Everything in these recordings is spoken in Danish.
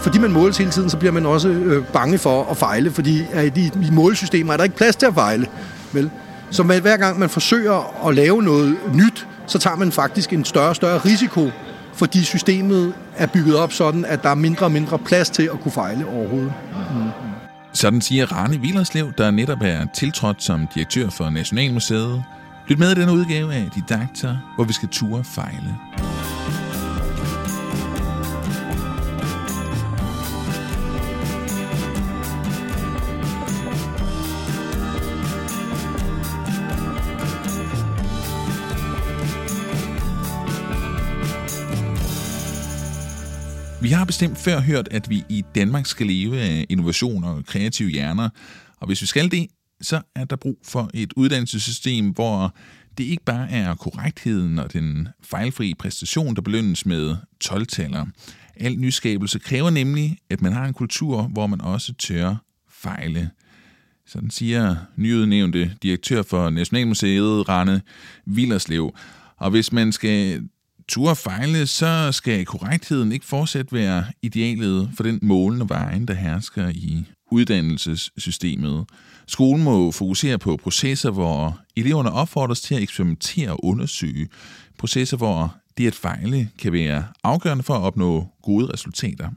fordi man måles hele tiden, så bliver man også bange for at fejle, fordi i målesystemer er der ikke plads til at fejle. Vel? Så hver gang man forsøger at lave noget nyt, så tager man faktisk en større og større risiko, fordi systemet er bygget op sådan, at der er mindre og mindre plads til at kunne fejle overhovedet. Sådan siger Rane Willerslev, der netop er tiltrådt som direktør for Nationalmuseet. Lyt med i denne udgave af Didakter, hvor vi skal ture fejle. Vi har bestemt før hørt, at vi i Danmark skal leve af innovation og kreative hjerner, og hvis vi skal det, så er der brug for et uddannelsessystem, hvor det ikke bare er korrektheden og den fejlfri præstation, der belønnes med 12-taller. Al nyskabelse kræver nemlig, at man har en kultur, hvor man også tør fejle. Sådan siger nyudnævnte direktør for Nationalmuseet, Rane Willerslev. Og hvis man skal turde fejle, så skal korrektheden ikke fortsat være idealet for den målende vejen, der hersker i uddannelsessystemet. Skolen må fokusere på processer, hvor eleverne opfordres til at eksperimentere og undersøge. Processer, hvor det at fejle kan være afgørende for at opnå gode resultater.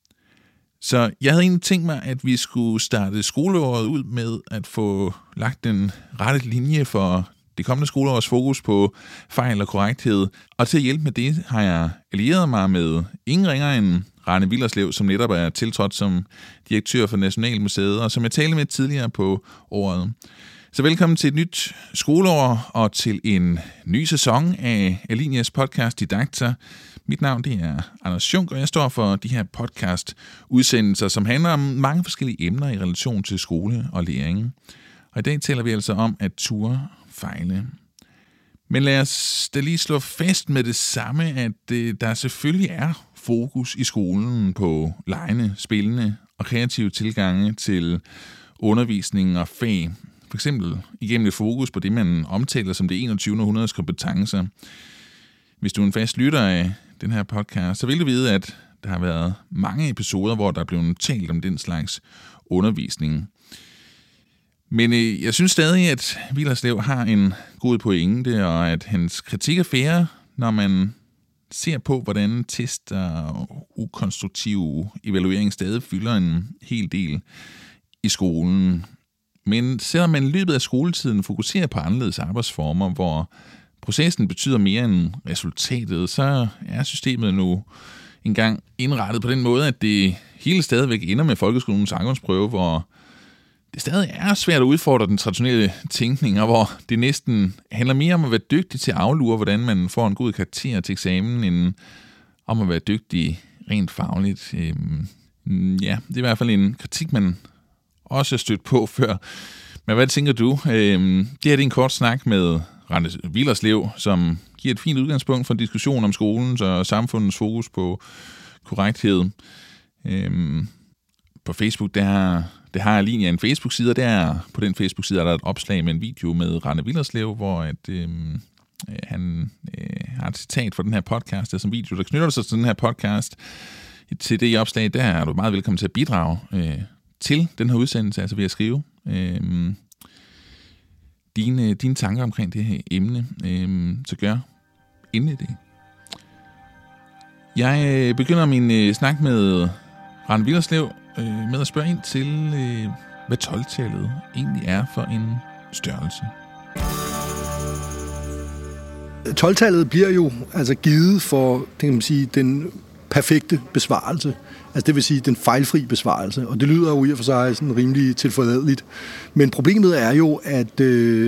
Så jeg havde egentlig tænkt mig, at vi skulle starte skoleåret ud med at få lagt den rette linje for det kommende skoleårs fokus på fejl og korrekthed. Og til at hjælpe med det har jeg allieret mig med ingen ringere end Rane Willerslev, som netop er tiltrådt som direktør for Nationalmuseet, og som jeg talte med tidligere på året. Så velkommen til et nyt skoleår og til en ny sæson af Alinias podcast Didakter. Mit navn det er Anders Schunk, og jeg står for de her podcast-udsendelser, som handler om mange forskellige emner i relation til skole og læring. Og i dag taler vi altså om at ture fejle. Men lad os da lige slå fast med det samme, at der selvfølgelig er fokus i skolen på legende, spillende og kreative tilgange til undervisning og fag. For eksempel igennem et fokus på det, man omtaler som det 21. århundredes kompetencer. Hvis du er en fast lytter af den her podcast, så vil du vide, at der har været mange episoder, hvor der er blevet talt om den slags undervisning. Men jeg synes stadig, at Willerslev har en god pointe, og at hans kritik er fair, når man ser på, hvordan test og ukonstruktiv evaluering stadig fylder en hel del i skolen. Men selvom man i løbet af skoletiden fokuserer på anderledes arbejdsformer, hvor processen betyder mere end resultatet, så er systemet nu engang indrettet på den måde, at det hele stadigvæk ender med folkeskolens afgangsprøve, hvor det stadig er svært at udfordre den traditionelle tænkning, og hvor det næsten handler mere om at være dygtig til at aflure, hvordan man får en god karakter til eksamen, end om at være dygtig rent fagligt. Ja, det er i hvert fald en kritik, man også har stødt på før. Men hvad tænker du? Det her er en kort snak med Rane Willerslev, som giver et fint udgangspunkt for en diskussion om skolens og samfundets fokus på korrekthed. På Facebook, det har Alinia en Facebook-side, og på den Facebook-side er der et opslag med en video med Rane Willerslev, hvor han har et citat fra den her podcast, der som video, der knytter sig til den her podcast. Til det opslag, der er du meget velkommen til at bidrage til den her udsendelse, altså ved at skrive dine tanker omkring det her emne, så gør endelig det. Jeg begynder min snak med Rane Willerslev med at spørge ind til, hvad 12-tallet egentlig er for en størrelse. 12-tallet bliver jo altså givet for, det kan man sige, den perfekte besvarelse. Altså det vil sige den fejlfri besvarelse. Og det lyder jo i og for sig sådan rimelig tilforladeligt. Men problemet er jo, at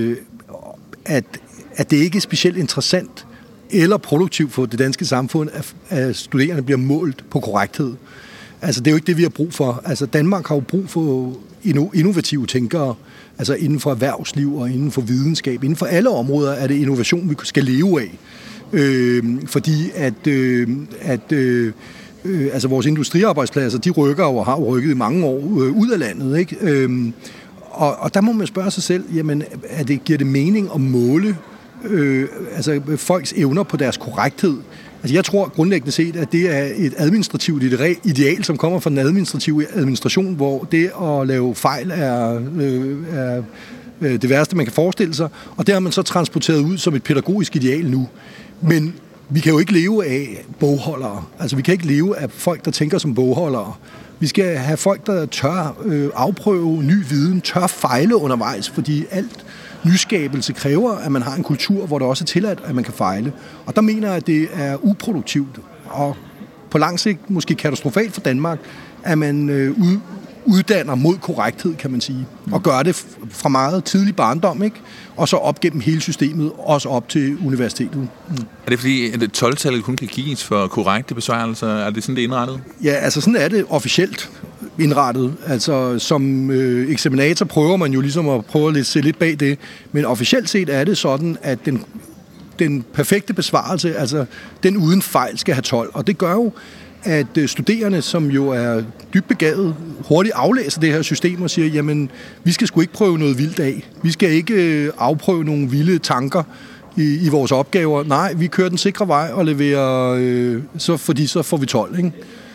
det ikke er specielt interessant eller produktivt for det danske samfund, at studerende bliver målt på korrekthed. Altså det er jo ikke det, vi har brug for. Altså Danmark har jo brug for innovative tænkere, altså inden for erhvervsliv og inden for videnskab. Inden for alle områder er det innovation, vi skal leve af. Fordi altså vores industriarbejdspladser, de rykker og har rykket i mange år ud af landet, ikke? Og der må man spørge sig selv, jamen, giver det mening at måle altså folks evner på deres korrekthed, Altså jeg tror grundlæggende set, at det er et administrativt ideal, som kommer fra den administrative administration, hvor det at lave fejl er det værste, man kan forestille sig, og det har man så transporteret ud som et pædagogisk ideal nu. Men vi kan jo ikke leve af bogholdere. Altså vi kan ikke leve af folk, der tænker som bogholdere. Vi skal have folk, der tør afprøve ny viden, tør fejle undervejs, fordi alt nyskabelse kræver, at man har en kultur, hvor det også er tilladt, at man kan fejle. Og der mener jeg, at det er uproduktivt, og på lang sigt måske katastrofalt for Danmark, at man uddanner mod korrekthed, kan man sige, og gør det fra meget tidlig barndom, ikke? Og så op gennem hele systemet, også op til universitetet. Er det fordi, at 12-tallet kun kan gives for korrekte besvarelser? Er det sådan, det er indrettet? Ja, altså sådan er det officielt indrettet. Altså som eksaminator prøver man jo ligesom at prøve at se lidt bag det, men officielt set er det sådan, at den perfekte besvarelse, altså den uden fejl, skal have 12, og det gør jo, at studerende, som jo er dybt begavet, hurtigt aflæser det her system og siger, jamen, vi skal sgu ikke prøve noget vildt af. Vi skal ikke afprøve nogle vilde tanker i vores opgaver. Nej, vi kører den sikre vej og leverer, fordi så får vi 12, ikke?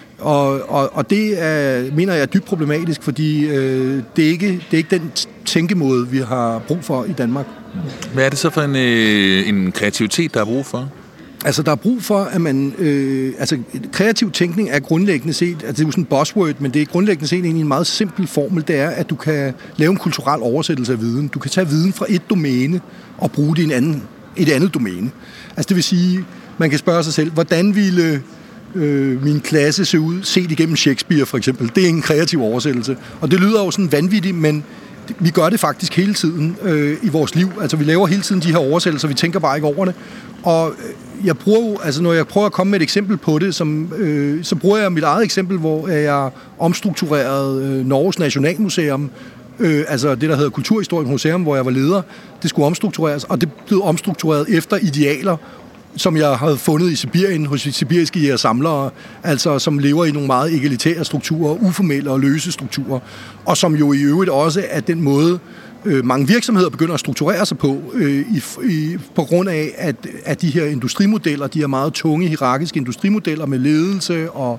Og det mener jeg er dybt problematisk, fordi det er ikke den tænkemåde, vi har brug for i Danmark. Hvad er det så for en kreativitet, der er brug for? Altså, der er brug for, at man... kreativ tænkning er grundlæggende set... Altså, det er jo sådan en buzzword, men det er grundlæggende set egentlig en meget simpel formel. Det er, at du kan lave en kulturel oversættelse af viden. Du kan tage viden fra et domæne og bruge det i et andet domæne. Altså, det vil sige, man kan spørge sig selv, hvordan ville min klasse se ud set igennem Shakespeare, for eksempel? Det er en kreativ oversættelse. Og det lyder jo sådan vanvittigt, men vi gør det faktisk hele tiden i vores liv. Altså, vi laver hele tiden de her oversættelser, vi tænker bare ikke over det. Og jeg bruger, altså når jeg prøver at komme med et eksempel på det, så bruger jeg mit eget eksempel, hvor jeg omstrukturerede Norges Nationalmuseum, altså det, der hedder Kulturhistorisk Museum, hvor jeg var leder. Det skulle omstruktureres, og det blev omstruktureret efter idealer, som jeg havde fundet i Sibirien hos sibiriske jægersamlere, altså som lever i nogle meget egalitære strukturer, uformelle og løse strukturer, og som jo i øvrigt også er den måde, mange virksomheder begynder at strukturere sig på, på grund af, at de her industrimodeller, de her meget tunge, hierarkiske industrimodeller med ledelse og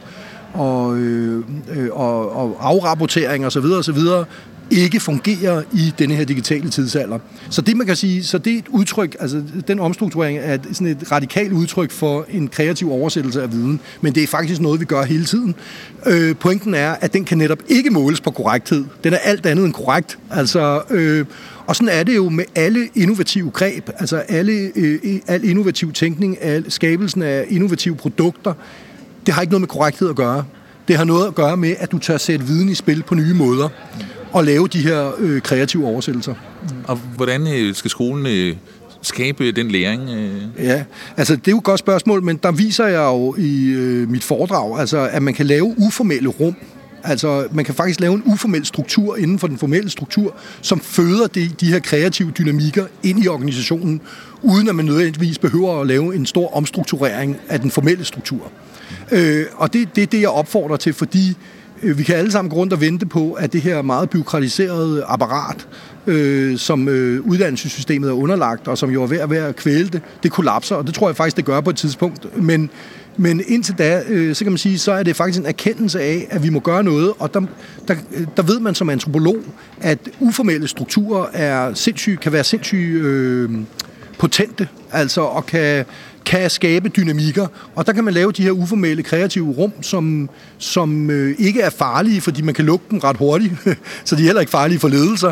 afrapportering osv., ikke fungerer i denne her digitale tidsalder. Så det, man kan sige, så det er et udtryk, altså den omstrukturering er sådan et radikalt udtryk for en kreativ oversættelse af viden, men det er faktisk noget, vi gør hele tiden. Pointen er, at den kan netop ikke måles på korrekthed. Den er alt andet end korrekt. Altså, og sådan er det jo med alle innovative greb, altså al innovativ tænkning, skabelsen af innovative produkter. Det har ikke noget med korrekthed at gøre. Det har noget at gøre med, at du tør sætte viden i spil på nye måder og lave de her kreative oversættelser. Og hvordan skal skolen skabe den læring? Ja, altså det er jo et godt spørgsmål, men der viser jeg jo i mit foredrag, altså at man kan lave uformelle rum. Altså man kan faktisk lave en uformel struktur inden for den formelle struktur, som føder de her kreative dynamikker ind i organisationen, uden at man nødvendigvis behøver at lave en stor omstrukturering af den formelle struktur. Og det er det, jeg opfordrer til, fordi vi kan alle sammen gå rundt og vente på, at det her meget bureaukratiserede apparat, som uddannelsessystemet er underlagt, og som jo er ved at kvæle det kollapser, og det tror jeg faktisk, det gør på et tidspunkt. Men indtil da, så kan man sige, så er det faktisk en erkendelse af, at vi må gøre noget, og der ved man som antropolog, at uformelle strukturer kan være sindssygt potente, altså og kan skabe dynamikker, og der kan man lave de her uformelle kreative rum, som ikke er farlige, fordi man kan lukke dem ret hurtigt, så de er heller ikke farlige for ledelser.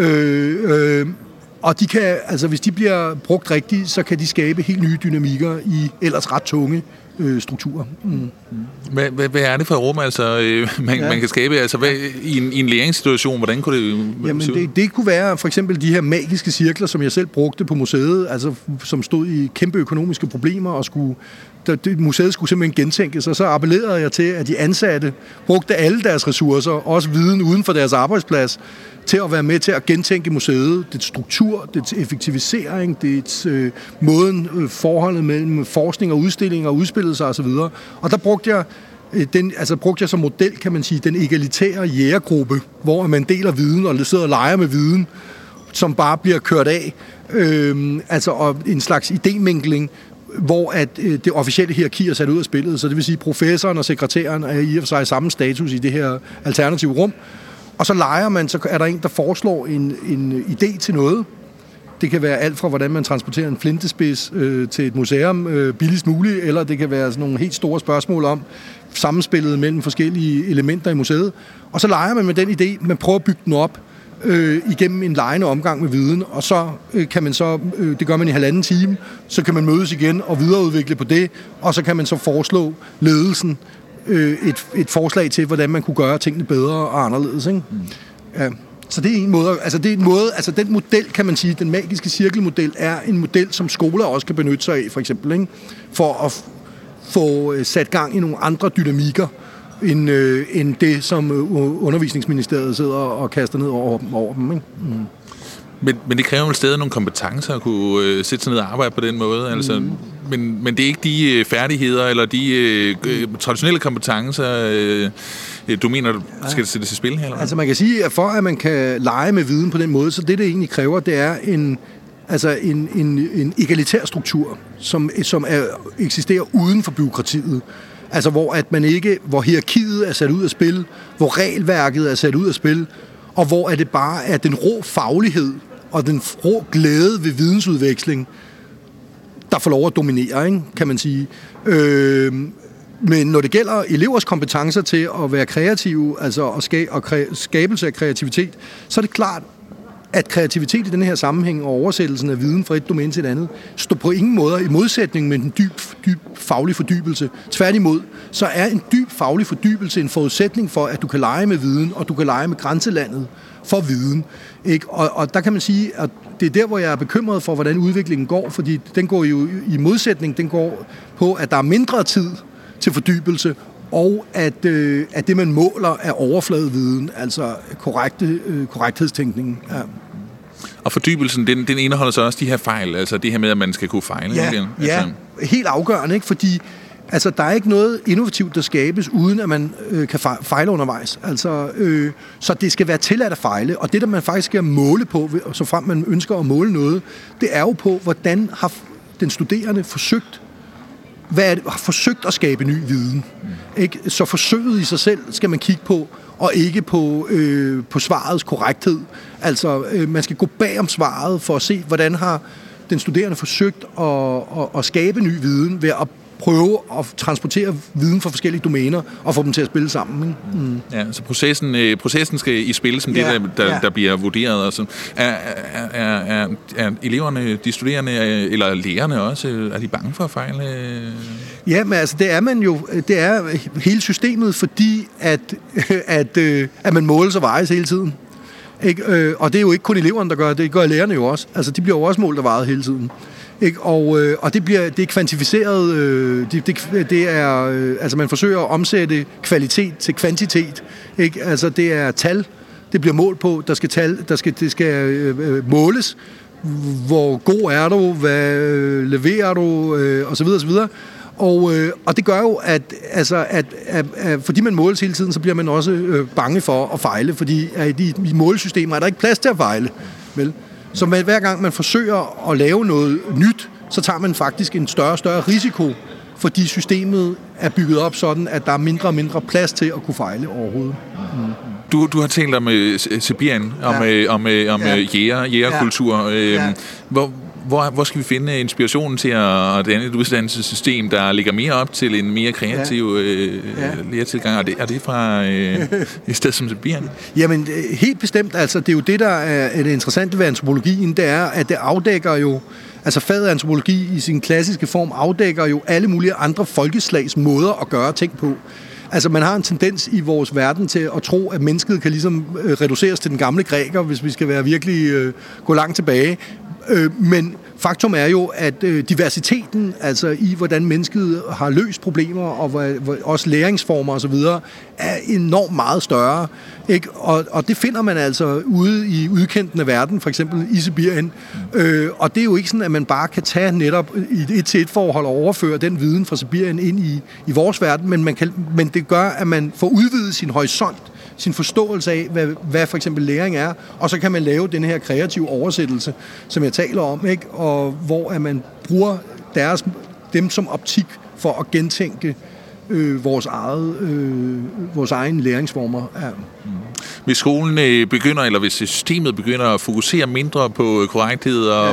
Og de kan, altså hvis de bliver brugt rigtigt, så kan de skabe helt nye dynamikker i ellers ret tunge strukturer. Hvad er det for et rum, altså, man kan skabe? Altså, i en læringssituation, hvordan kunne det... Jamen, det kunne være for eksempel de her magiske cirkler, som jeg selv brugte på museet, altså, som stod i kæmpe økonomiske problemer, og museet skulle simpelthen gentænkes, og så appellerede jeg til, at de ansatte brugte alle deres ressourcer, også viden uden for deres arbejdsplads, til at være med til at gentænke museet, dets struktur, dets effektivisering, dets forholdet mellem forskning og udstilling og udspillelser osv. Og der brugte jeg som model, kan man sige, den egalitære jægergruppe, hvor man deler viden og sidder og leger med viden, som bare bliver kørt af. Og en slags idémængling, hvor at det officielle hierarki er sat ud af spillet. Så det vil sige, at professoren og sekretæren er i og for sig samme status i det her alternative rum. Og så leger man, så er der en, der foreslår en idé til noget. Det kan være alt fra, hvordan man transporterer en flintespids til et museum billigst muligt, eller det kan være sådan nogle helt store spørgsmål om sammenspillet mellem forskellige elementer i museet. Og så leger man med den idé, man prøver at bygge den op igennem en legende omgang med viden, og så kan man så, det gør man i 1,5 time, så kan man mødes igen og videreudvikle på det, og så kan man så foreslå ledelsen et forslag til, hvordan man kunne gøre tingene bedre og anderledes, ikke? Ja. Så det er en måde, altså den model, kan man sige, den magiske cirkelmodel, er en model, som skoler også kan benytte sig af, for eksempel, ikke? For at få sat gang i nogle andre dynamikker, end det, som undervisningsministeriet sidder og kaster ned over dem, ikke? Men det kræver vel stadig nogle kompetencer at kunne sætte sig ned og arbejde på den måde. Altså, men det er ikke de færdigheder eller de traditionelle kompetencer, du mener, skal det sættes i spil her? Eller? Altså man kan sige, at for at man kan lege med viden på den måde, så det egentlig kræver, det er en egalitær struktur, som eksisterer uden for bureaukratiet. Altså hvor hierarkiet er sat ud af spil, hvor regelværket er sat ud af spil, og hvor det bare er den rå faglighed og den rå glæde ved vidensudveksling, der får lov at dominere, ikke? Kan man sige. Men når det gælder elevers kompetencer til at være kreative, altså og skabelse af kreativitet, så er det klart, at kreativitet i den her sammenhæng og oversættelsen af viden fra et domæne til et andet, står på ingen måde i modsætning med en dyb faglig fordybelse. Tværtimod, så er en dyb faglig fordybelse en forudsætning for, at du kan lege med viden, og du kan lege med grænselandet for viden. Ikke? Og der kan man sige, at det er der, hvor jeg er bekymret for, hvordan udviklingen går, fordi den går jo i modsætning, den går på, at der er mindre tid til fordybelse, og at det, man måler, er overfladeviden, altså korrekthedstænkningen. Ja. Og fordybelsen, den indeholder så også de her fejl, altså det her med, at man skal kunne fejle. Ja, helt afgørende, ikke? Fordi altså, der er ikke noget innovativt, der skabes, uden at man kan fejle undervejs. Altså, så det skal være tilladt at fejle, og det, der man faktisk skal måle på, så frem man ønsker at måle noget, det er jo på, hvordan har den studerende forsøgt at skabe ny viden. Ikke? Så forsøget i sig selv skal man kigge på, og ikke på svarets korrekthed. Altså, man skal gå bag om svaret for at se, hvordan har den studerende forsøgt at skabe ny viden ved at prøve at transportere viden fra forskellige domæner og få dem til at spille sammen. Ja, så processen skal i spil som det, der bliver vurderet. Og så. Er eleverne, de studerende eller lærerne også, er de bange for at fejle? Ja, men altså det er man jo. Det er hele systemet, fordi at man måles og vejes hele tiden. Ikke? Og det er jo ikke kun eleverne, der gør det gør lærerne jo også. Altså de bliver jo også målt og vejet hele tiden. Ikke? Og det er kvantificeret, altså man forsøger at omsætte kvalitet til kvantitet, ikke? Altså det er tal, det bliver målt på, det skal måles, hvor god er du, hvad leverer du, og så videre, og så videre. Og det gør jo, at fordi man måles hele tiden, så bliver man også bange for at fejle, fordi i målesystemer er der ikke plads til at fejle, vel? Så hver gang man forsøger at lave noget nyt, så tager man faktisk en større og større risiko, fordi systemet er bygget op sådan, at der er mindre og mindre plads til at kunne fejle overhovedet. Du har talt om Sibirien, om jægerkultur. Hvor skal vi finde inspirationen til at danne et uddannelsessystem, der ligger mere op til en mere kreativ lærertilgang? Er det fra et sted som Sibirien? Jamen, helt bestemt. Altså, det er jo det, der er det interessante ved antropologien, det er, at det afdækker jo, altså faget antropologi i sin klassiske form afdækker jo alle mulige andre folkeslags måder at gøre ting på. Altså, man har en tendens i vores verden til at tro, at mennesket kan ligesom reduceres til den gamle græker, hvis vi skal være virkelig gå langt tilbage. Men faktum er jo, at diversiteten, altså i hvordan mennesket har løst problemer, og også læringsformer osv., er enormt meget større. Ikke? Og det finder man altså ude i udkanten af verden, for eksempel i Sibirien. Og det er jo ikke sådan, at man bare kan tage netop i et et-forhold og overføre den viden fra Sibirien ind i vores verden, men det gør, at man får udvidet sin horisont, sin forståelse af, hvad for eksempel læring er, og så kan man lave den her kreative oversættelse, som jeg taler om, ikke? Og hvor at man bruger deres dem som optik for at gentænke vores egen læringsformer. Ja. Hvis skolen begynder, eller hvis systemet begynder at fokusere mindre på korrekthed og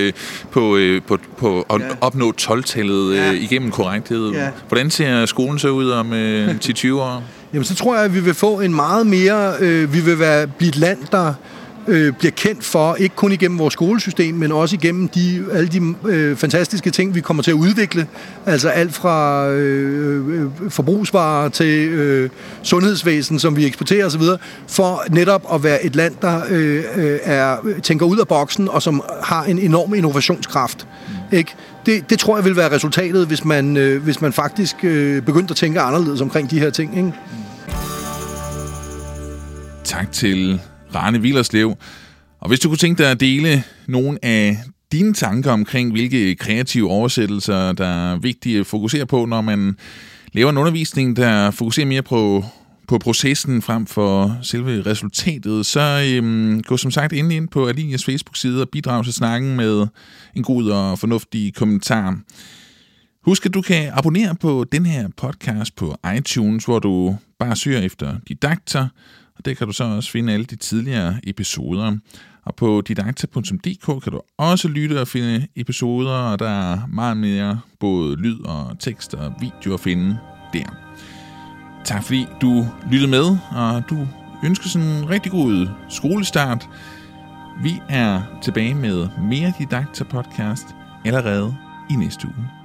på at opnå 12-tallet igennem korrekthed, hvordan ser skolen så ud om 10-20 år? Jamen, så tror jeg, at vi vil få en meget mere... vi vil blive et land, der bliver kendt for, ikke kun igennem vores skolesystem, men også igennem alle de fantastiske ting, vi kommer til at udvikle. Altså alt fra forbrugsvarer til sundhedsvæsen, som vi eksporterer osv., for netop at være et land, der tænker ud af boksen, og som har en enorm innovationskraft. Ikke? Det tror jeg vil være resultatet, hvis man faktisk begyndte at tænke anderledes omkring de her ting. Ikke? Tak til Rane Willerslev. Og hvis du kunne tænke dig at dele nogle af dine tanker omkring, hvilke kreative oversættelser, der er vigtige at fokusere på, når man laver en undervisning, der fokuserer mere på processen frem for selve resultatet, så gå som sagt ind på Alinias Facebook-side og bidrag til snakken med en god og fornuftig kommentar. Husk, at du kan abonnere på den her podcast på iTunes, hvor du bare søger efter Didakter, og der kan du så også finde alle de tidligere episoder. Og på didakter.dk kan du også lytte og finde episoder, og der er meget mere både lyd og tekst og video at finde der. Tak fordi du lyttede med, og du ønsker sådan en rigtig god skolestart. Vi er tilbage med mere Didakter podcast allerede i næste uge.